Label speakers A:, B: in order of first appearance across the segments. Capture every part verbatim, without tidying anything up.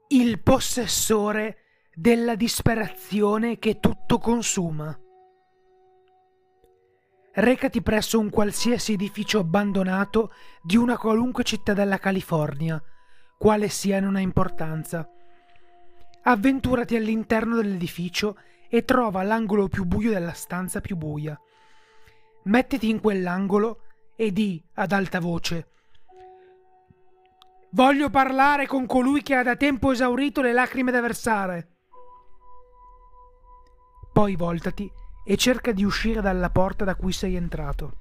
A: Il possessore della disperazione che tutto consuma. Recati presso un qualsiasi edificio abbandonato di una qualunque città della California, quale sia non ha importanza. Avventurati all'interno dell'edificio e trova l'angolo più buio della stanza più buia. Mettiti in quell'angolo e di ad alta voce: voglio parlare con colui che ha da tempo esaurito le lacrime da versare. Poi voltati e cerca di uscire dalla porta da cui sei entrato.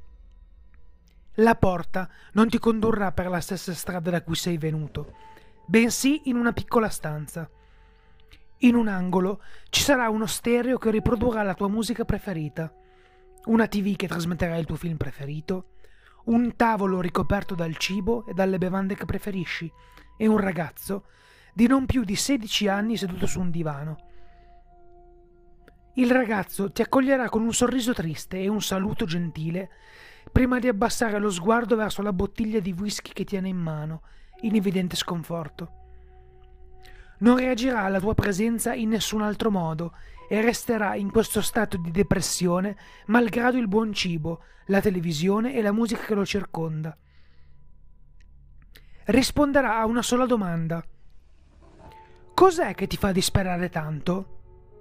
A: La porta non ti condurrà per la stessa strada da cui sei venuto, bensì in una piccola stanza. In un angolo ci sarà uno stereo che riprodurrà la tua musica preferita, una tivù che trasmetterà il tuo film preferito, un tavolo ricoperto dal cibo e dalle bevande che preferisci e un ragazzo di non più di sedici anni seduto su un divano. Il ragazzo ti accoglierà con un sorriso triste e un saluto gentile prima di abbassare lo sguardo verso la bottiglia di whisky che tiene in mano, in evidente sconforto. Non reagirà alla tua presenza in nessun altro modo e resterà in questo stato di depressione malgrado il buon cibo, la televisione e la musica che lo circonda. Risponderà a una sola domanda: cos'è che ti fa disperare tanto?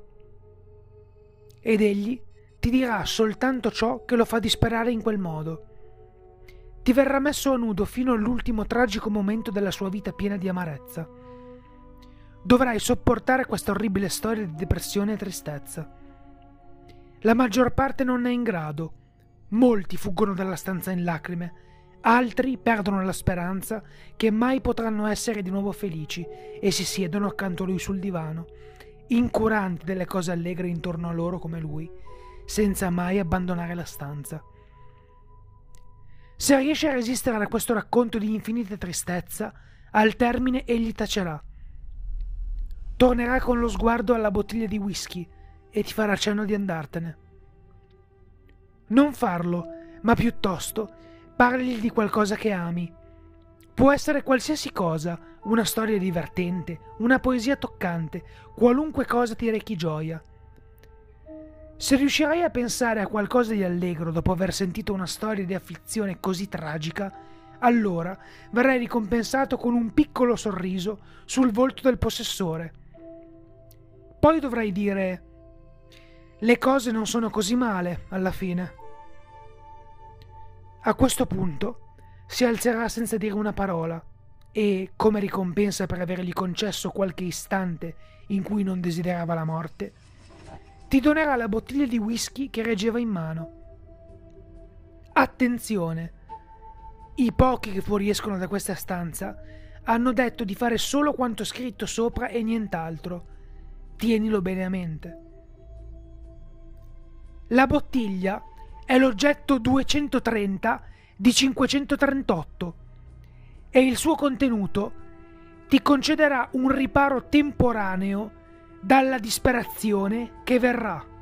A: Ed egli ti dirà soltanto ciò che lo fa disperare in quel modo. Ti verrà messo a nudo fino all'ultimo tragico momento della sua vita piena di amarezza. Dovrai sopportare questa orribile storia di depressione e tristezza. La maggior parte non è in grado. Molti fuggono dalla stanza in lacrime, altri perdono la speranza che mai potranno essere di nuovo felici e si siedono accanto a lui sul divano, incuranti delle cose allegre intorno a loro come lui, senza mai abbandonare la stanza. Se riesce a resistere a questo racconto di infinita tristezza, al termine egli tacerà. Tornerà con lo sguardo alla bottiglia di whisky e ti farà cenno di andartene. Non farlo, ma piuttosto parligli di qualcosa che ami. Può essere qualsiasi cosa, una storia divertente, una poesia toccante, qualunque cosa ti rechi gioia. Se riuscirai a pensare a qualcosa di allegro dopo aver sentito una storia di afflizione così tragica, allora verrai ricompensato con un piccolo sorriso sul volto del possessore. Poi dovrai dire: le cose non sono così male alla fine. A questo punto si alzerà senza dire una parola e, come ricompensa per avergli concesso qualche istante in cui non desiderava la morte, ti donerà la bottiglia di whisky che reggeva in mano. Attenzione! I pochi che fuoriescono da questa stanza hanno detto di fare solo quanto scritto sopra e nient'altro. Tienilo bene a mente. La bottiglia è l'oggetto duecentotrenta di cinquecentotrentotto e il suo contenuto ti concederà un riparo temporaneo dalla disperazione che verrà.